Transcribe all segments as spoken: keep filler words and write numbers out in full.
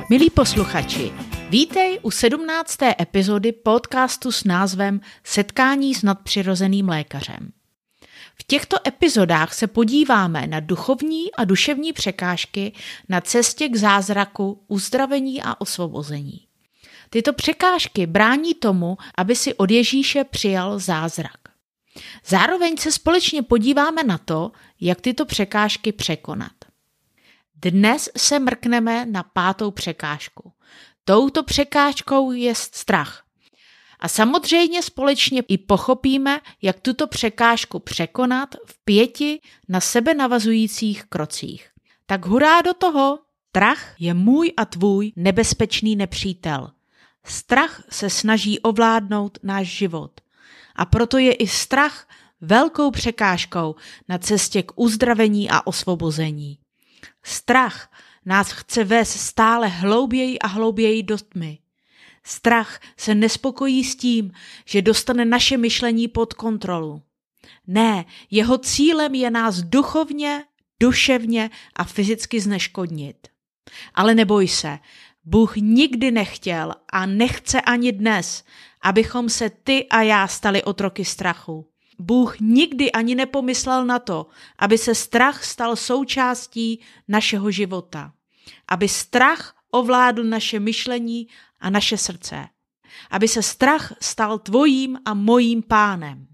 Milí posluchači, vítej u sedmnácté epizody podcastu s názvem Setkání s nadpřirozeným lékařem. V těchto epizodách se podíváme na duchovní a duševní překážky na cestě k zázraku, uzdravení a osvobození. Tyto překážky brání tomu, aby si od Ježíše přijal zázrak. Zároveň se společně podíváme na to, jak tyto překážky překonat. Dnes se mrkneme na pátou překážku. Touto překážkou je strach. A samozřejmě společně i pochopíme, jak tuto překážku překonat v pěti na sebe navazujících krocích. Tak hurá do toho! Strach je můj a tvůj nebezpečný nepřítel. Strach se snaží ovládnout náš život. A proto je i strach velkou překážkou na cestě k uzdravení a osvobození. Strach nás chce vést stále hlouběji a hlouběji do tmy. Strach se nespokojí s tím, že dostane naše myšlení pod kontrolu. Ne, jeho cílem je nás duchovně, duševně a fyzicky zneškodnit. Ale neboj se, Bůh nikdy nechtěl a nechce ani dnes, abychom se ty a já stali otroky strachu. Bůh nikdy ani nepomyslel na to, aby se strach stal součástí našeho života. Aby strach ovládl naše myšlení a naše srdce. Aby se strach stal tvojím a mojím pánem.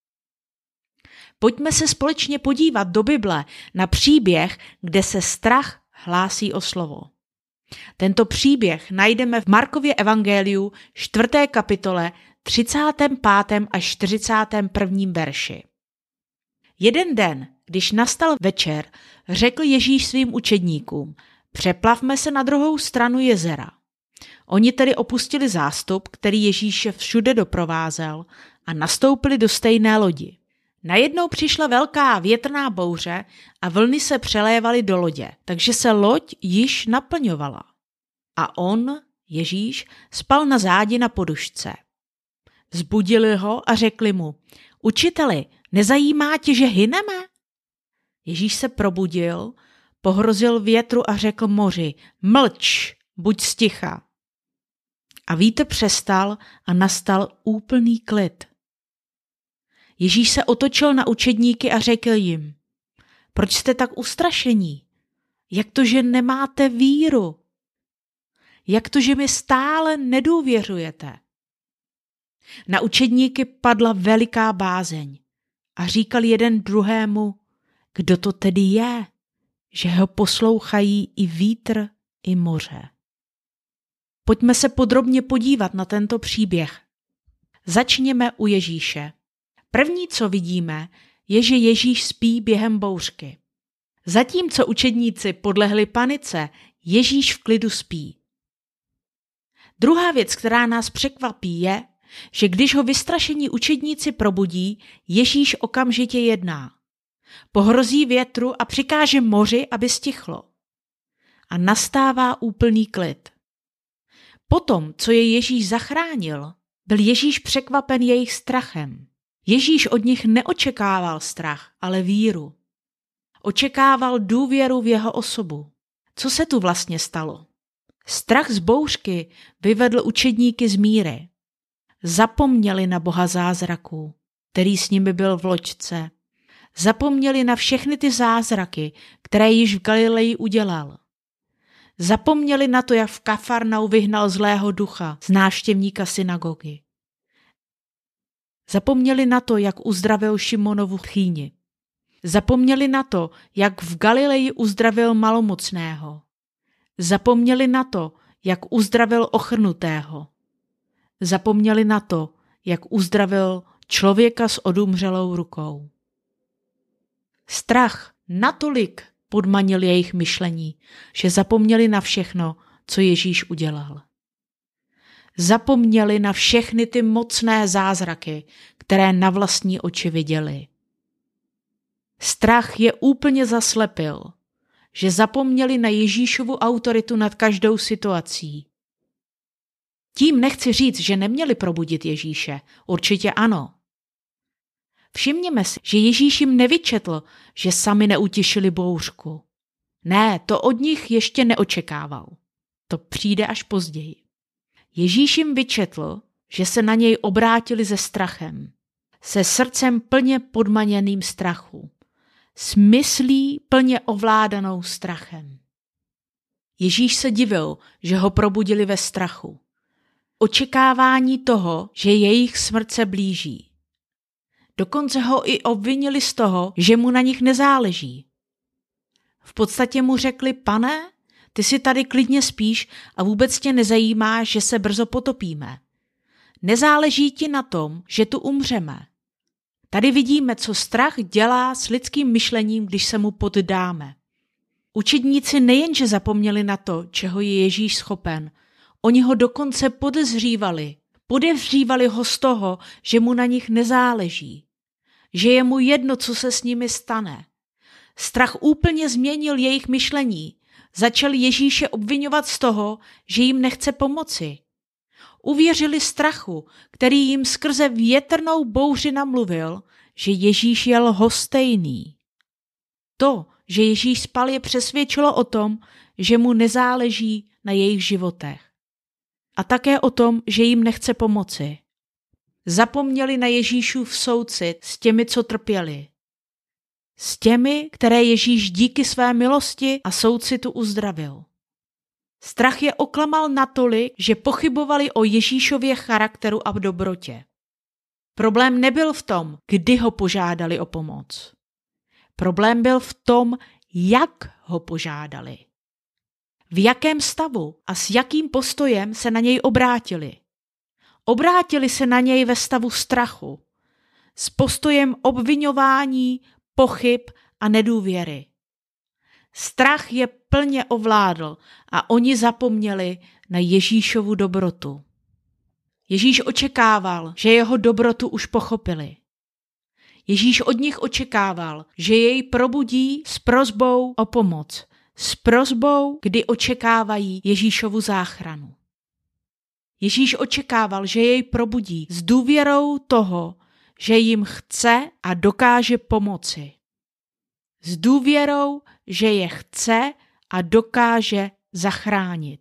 Pojďme se společně podívat do Bible na příběh, kde se strach hlásí o slovo. Tento příběh najdeme v Markově evangeliu čtvrté kapitole třicátém pátém až čtyřicátém prvním verši. Jeden den, když nastal večer, řekl Ježíš svým učedníkům: přeplavme se na druhou stranu jezera. Oni tedy opustili zástup, který Ježíše všude doprovázel, a nastoupili do stejné lodi. Najednou přišla velká větrná bouře a vlny se přelévaly do lodě, takže se loď již naplňovala. A on, Ježíš, spal na zádi na podušce. Vzbudili ho a řekli mu: učiteli, nezajímá tě, že hyneme? Ježíš se probudil, pohrozil větru a řekl moři: mlč, buď sticha. A vítr přestal a nastal úplný klid. Ježíš se otočil na učedníky a řekl jim: proč jste tak ustrašení? Jak to, že nemáte víru? Jak to, že mi stále nedůvěřujete? Na učedníky padla veliká bázeň a říkal jeden druhému: kdo to tedy je, že ho poslouchají i vítr, i moře. Pojďme se podrobně podívat na tento příběh. Začněme u Ježíše. První, co vidíme, je, že Ježíš spí během bouřky. Zatímco učedníci podlehli panice, Ježíš v klidu spí. Druhá věc, která nás překvapí, je, že když ho vystrašení učedníci probudí, Ježíš okamžitě jedná. Pohrozí větru a přikáže moři, aby stichlo. A nastává úplný klid. Potom, co je Ježíš zachránil, byl Ježíš překvapen jejich strachem. Ježíš od nich neočekával strach, ale víru. Očekával důvěru v jeho osobu. Co se tu vlastně stalo? Strach z bouřky vyvedl učedníky z míry. Zapomněli na Boha zázraků, který s nimi byl v loďce. Zapomněli na všechny ty zázraky, které již v Galileji udělal. Zapomněli na to, jak v Kafarnau vyhnal zlého ducha z návštěvníka synagogy. Zapomněli na to, jak uzdravil Šimonovu tchýni. Zapomněli na to, jak v Galileji uzdravil malomocného. Zapomněli na to, jak uzdravil ochrnutého. Zapomněli na to, jak uzdravil člověka s odumřelou rukou. Strach natolik podmanil jejich myšlení, že zapomněli na všechno, co Ježíš udělal. Zapomněli na všechny ty mocné zázraky, které na vlastní oči viděli. Strach je úplně zaslepil, že zapomněli na Ježíšovu autoritu nad každou situací. Tím nechci říct, že neměli probudit Ježíše, určitě ano. Všimněme si, že Ježíš jim nevyčetl, že sami neutišili bouřku. Ne, to od nich ještě neočekával. To přijde až později. Ježíš jim vyčetl, že se na něj obrátili se strachem, se srdcem plně podmaněným strachu, s myslí plně ovládanou strachem. Ježíš se divil, že ho probudili ve strachu. Očekávání toho, že jejich smrt se blíží. Dokonce ho i obvinili z toho, že mu na nich nezáleží. V podstatě mu řekli: Pane, ty si tady klidně spíš a vůbec tě nezajímá, že se brzo potopíme. Nezáleží ti na tom, že tu umřeme. Tady vidíme, co strach dělá s lidským myšlením, když se mu poddáme. Učedníci nejenže zapomněli na to, čeho je Ježíš schopen, oni ho dokonce podezřívali. Podezřívali ho z toho, že mu na nich nezáleží. Že je mu jedno, co se s nimi stane. Strach úplně změnil jejich myšlení. Začali Ježíše obvinovat z toho, že jim nechce pomoci. Uvěřili strachu, který jim skrze větrnou bouři namluvil, že Ježíš je lhostejný. To, že Ježíš spal, je přesvědčilo o tom, že mu nezáleží na jejich životech. A také o tom, že jim nechce pomoci. Zapomněli na Ježíšův soucit s těmi, co trpěli. S těmi, které Ježíš díky své milosti a soucitu uzdravil. Strach je oklamal natolik, že pochybovali o Ježíšově charakteru a v dobrotě. Problém nebyl v tom, kdy ho požádali o pomoc. Problém byl v tom, jak ho požádali. V jakém stavu a s jakým postojem se na něj obrátili. Obrátili se na něj ve stavu strachu, s postojem obviňování, pochyb a nedůvěry. Strach je plně ovládl a oni zapomněli na Ježíšovu dobrotu. Ježíš očekával, že jeho dobrotu už pochopili. Ježíš od nich očekával, že jej probudí s prosbou o pomoc, s prosbou, kdy očekávají Ježíšovu záchranu. Ježíš očekával, že jej probudí s důvěrou toho, že jim chce a dokáže pomoci. S důvěrou, že je chce a dokáže zachránit.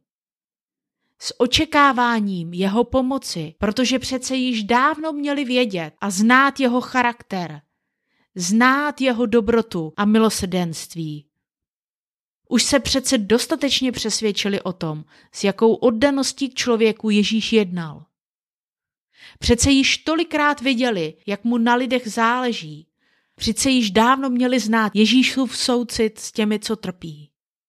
S očekáváním jeho pomoci, protože přece již dávno měli vědět a znát jeho charakter, znát jeho dobrotu a milosrdenství. Už se přece dostatečně přesvědčili o tom, s jakou oddaností k člověku Ježíš jednal. Přece již tolikrát viděli, jak mu na lidech záleží. Přece již dávno měli znát Ježíšův soucit s těmi, co trpí.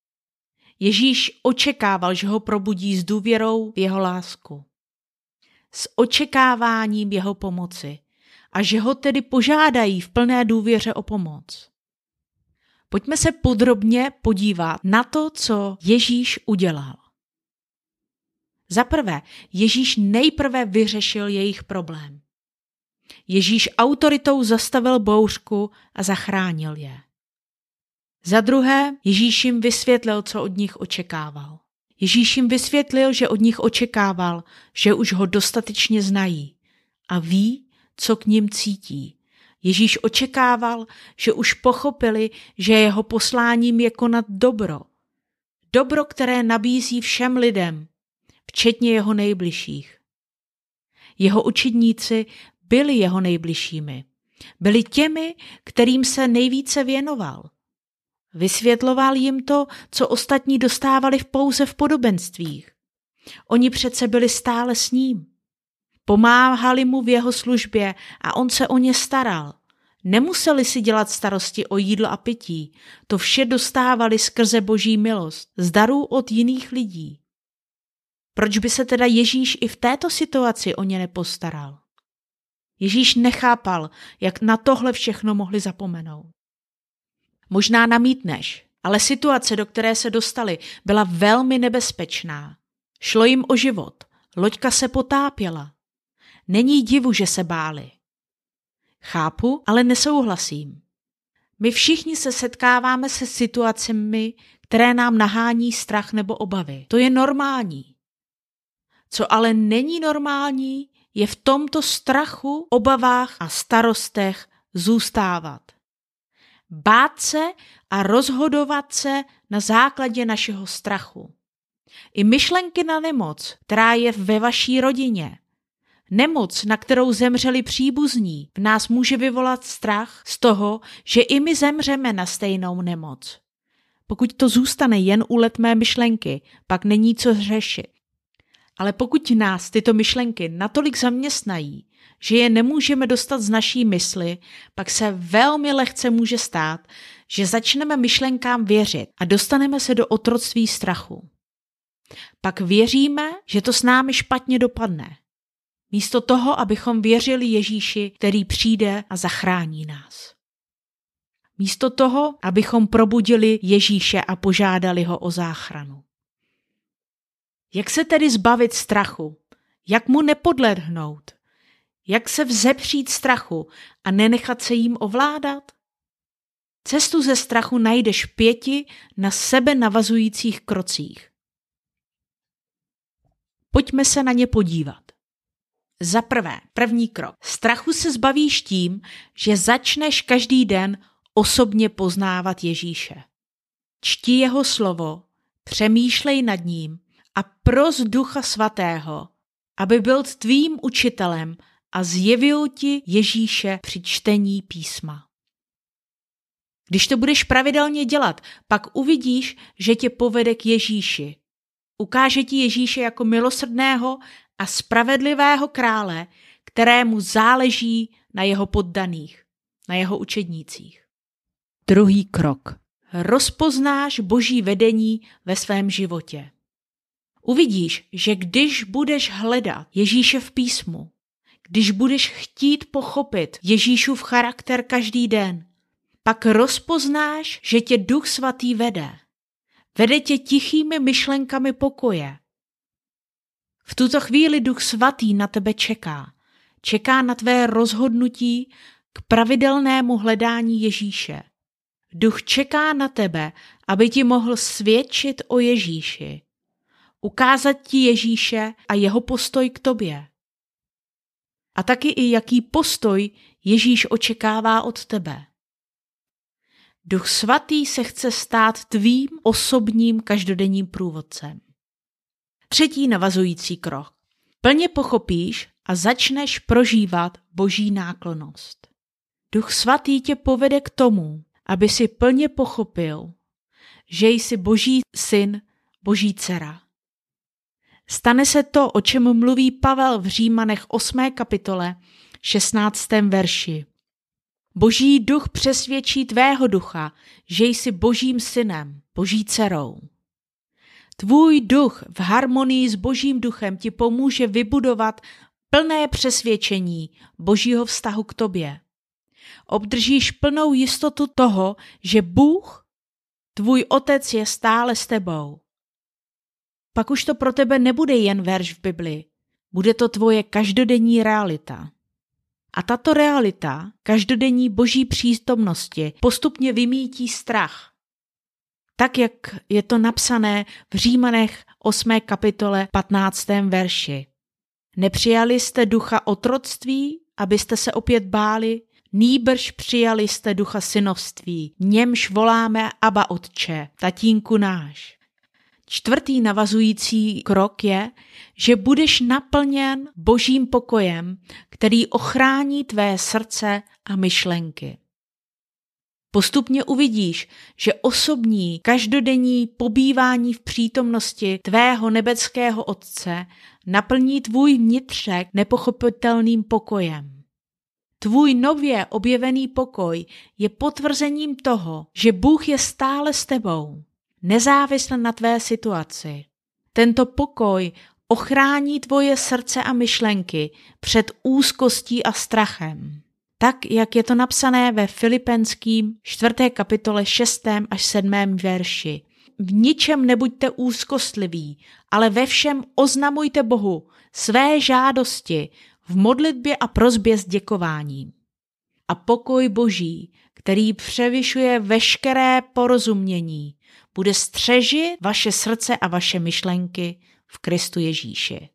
Ježíš očekával, že ho probudí s důvěrou v jeho lásku, s očekáváním jeho pomoci a že ho tedy požádají v plné důvěře o pomoc. Pojďme se podrobně podívat na to, co Ježíš udělal. Za prvé, Ježíš nejprve vyřešil jejich problém. Ježíš autoritou zastavil bouřku a zachránil je. Za druhé, Ježíš jim vysvětlil, co od nich očekával. Ježíš jim vysvětlil, že od nich očekával, že už ho dostatečně znají a ví, co k nim cítí. Ježíš očekával, že už pochopili, že jeho posláním je konat dobro. Dobro, které nabízí všem lidem, včetně jeho nejbližších. Jeho učedníci byli jeho nejbližšími. Byli těmi, kterým se nejvíce věnoval. Vysvětloval jim to, co ostatní dostávali v pouze v podobenstvích. Oni přece byli stále s ním. Pomáhali mu v jeho službě a on se o ně staral. Nemuseli si dělat starosti o jídlo a pití. To vše dostávali skrze boží milost, z darů od jiných lidí. Proč by se teda Ježíš i v této situaci o ně nepostaral? Ježíš nechápal, jak na tohle všechno mohli zapomenout. Možná namítneš, ale situace, do které se dostali, byla velmi nebezpečná. Šlo jim o život, loďka se potápěla. Není divu, že se báli. Chápu, ale nesouhlasím. My všichni se setkáváme se situacemi, které nám nahání strach nebo obavy. To je normální. Co ale není normální, je v tomto strachu, obavách a starostech zůstávat. Bát se a rozhodovat se na základě našeho strachu. I myšlenky na nemoc, která je ve vaší rodině. Nemoc, na kterou zemřeli příbuzní, v nás může vyvolat strach z toho, že i my zemřeme na stejnou nemoc. Pokud to zůstane jen u letmé myšlenky, pak není co řešit. Ale pokud nás tyto myšlenky natolik zaměstnají, že je nemůžeme dostat z naší mysli, pak se velmi lehce může stát, že začneme myšlenkám věřit a dostaneme se do otroctví strachu. Pak věříme, že to s námi špatně dopadne. Místo toho, abychom věřili Ježíši, který přijde a zachrání nás. Místo toho, abychom probudili Ježíše a požádali ho o záchranu. Jak se tedy zbavit strachu? Jak mu nepodlehnout? Jak se vzepřít strachu a nenechat se jím ovládat? Cestu ze strachu najdeš v pěti na sebe navazujících krocích. Pojďme se na ně podívat. Za prvé, první krok. Strachu se zbavíš tím, že začneš každý den osobně poznávat Ježíše. Čti jeho slovo, přemýšlej nad ním a pros Ducha Svatého, aby byl tvým učitelem a zjevil ti Ježíše při čtení písma. Když to budeš pravidelně dělat, pak uvidíš, že tě povede k Ježíši. Ukáže ti Ježíše jako milosrdného a spravedlivého krále, kterému záleží na jeho poddaných, na jeho učednících. Druhý krok. Rozpoznáš Boží vedení ve svém životě. Uvidíš, že když budeš hledat Ježíše v písmu, když budeš chtít pochopit Ježíšův charakter každý den, pak rozpoznáš, že tě Duch Svatý vede. Vede tě tichými myšlenkami pokoje. V tuto chvíli Duch Svatý na tebe čeká. Čeká na tvé rozhodnutí k pravidelnému hledání Ježíše. Duch čeká na tebe, aby ti mohl svědčit o Ježíši. Ukázat ti Ježíše a jeho postoj k tobě. A taky i jaký postoj Ježíš očekává od tebe. Duch Svatý se chce stát tvým osobním každodenním průvodcem. Třetí navazující krok. Plně pochopíš a začneš prožívat Boží náklonnost. Duch Svatý tě povede k tomu, aby si plně pochopil, že jsi Boží syn, Boží dcera. Stane se to, o čem mluví Pavel v Římanech osmé kapitole, šestnáctém verši. Boží duch přesvědčí tvého ducha, že jsi Božím synem, Boží dcerou. Tvůj duch v harmonii s Božím duchem ti pomůže vybudovat plné přesvědčení Božího vztahu k tobě. Obdržíš plnou jistotu toho, že Bůh, tvůj otec, je stále s tebou. Pak už to pro tebe nebude jen verš v Bibli, bude to tvoje každodenní realita. A tato realita každodenní Boží přítomnosti postupně vymítí strach. Tak, jak je to napsané v Římanech osmé kapitole patnáctém verši. Nepřijali jste ducha otroctví, abyste se opět báli, nýbrž přijali jste ducha synovství, němž voláme Abba Otče, tatínku náš. Čtvrtý navazující krok je, že budeš naplněn Božím pokojem, který ochrání tvé srdce a myšlenky. Postupně uvidíš, že osobní, každodenní pobývání v přítomnosti tvého nebeského Otce naplní tvůj vnitřek nepochopitelným pokojem. Tvůj nově objevený pokoj je potvrzením toho, že Bůh je stále s tebou, nezávisle na tvé situaci. Tento pokoj ochrání tvoje srdce a myšlenky před úzkostí a strachem. Tak, jak je to napsané ve Filipenským čtvrté kapitole šestém až sedmém verši. V ničem nebuďte úzkostliví, ale ve všem oznamujte Bohu své žádosti v modlitbě a prosbě s děkováním. A pokoj Boží, který převyšuje veškeré porozumění, bude střežit vaše srdce a vaše myšlenky v Kristu Ježíši.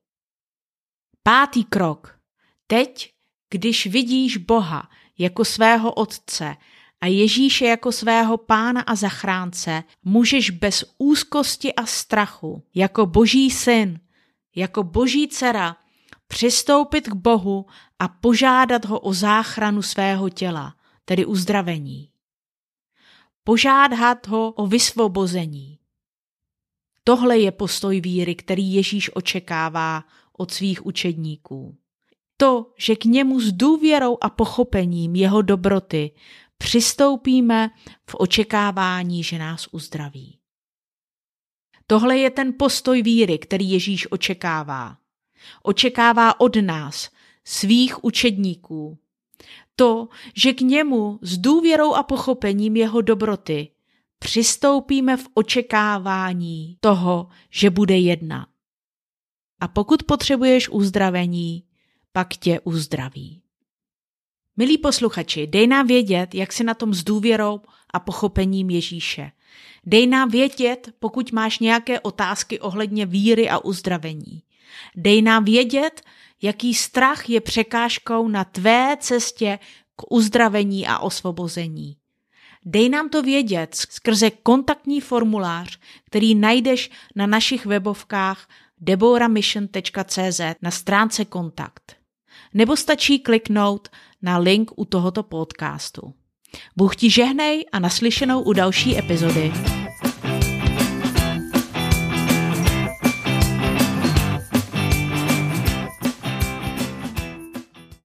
Pátý krok. Teď, když vidíš Boha jako svého Otce a Ježíše jako svého pána a zachránce můžeš bez úzkosti a strachu, jako Boží syn, jako Boží dcera, přistoupit k Bohu a požádat ho o záchranu svého těla, tedy uzdravení. Požádat ho o vysvobození. Tohle je postoj víry, který Ježíš očekává od svých učedníků. To, že k němu s důvěrou a pochopením jeho dobroty přistoupíme v očekávání, že nás uzdraví. Tohle je ten postoj víry, který Ježíš očekává. Očekává od nás, svých učedníků. To, že k němu s důvěrou a pochopením jeho dobroty přistoupíme v očekávání toho, že bude jednat. A pokud potřebuješ uzdravení, pak tě uzdraví. Milí posluchači, dej nám vědět, jak jsi na tom s důvěrou a pochopením Ježíše. Dej nám vědět, pokud máš nějaké otázky ohledně víry a uzdravení. Dej nám vědět, jaký strach je překážkou na tvé cestě k uzdravení a osvobození. Dej nám to vědět skrze kontaktní formulář, který najdeš na našich webovkách deborah mission tečka cé zet na stránce kontakt. Nebo stačí kliknout na link u tohoto podcastu. Bůh ti žehnej a naslyšenou u další epizody.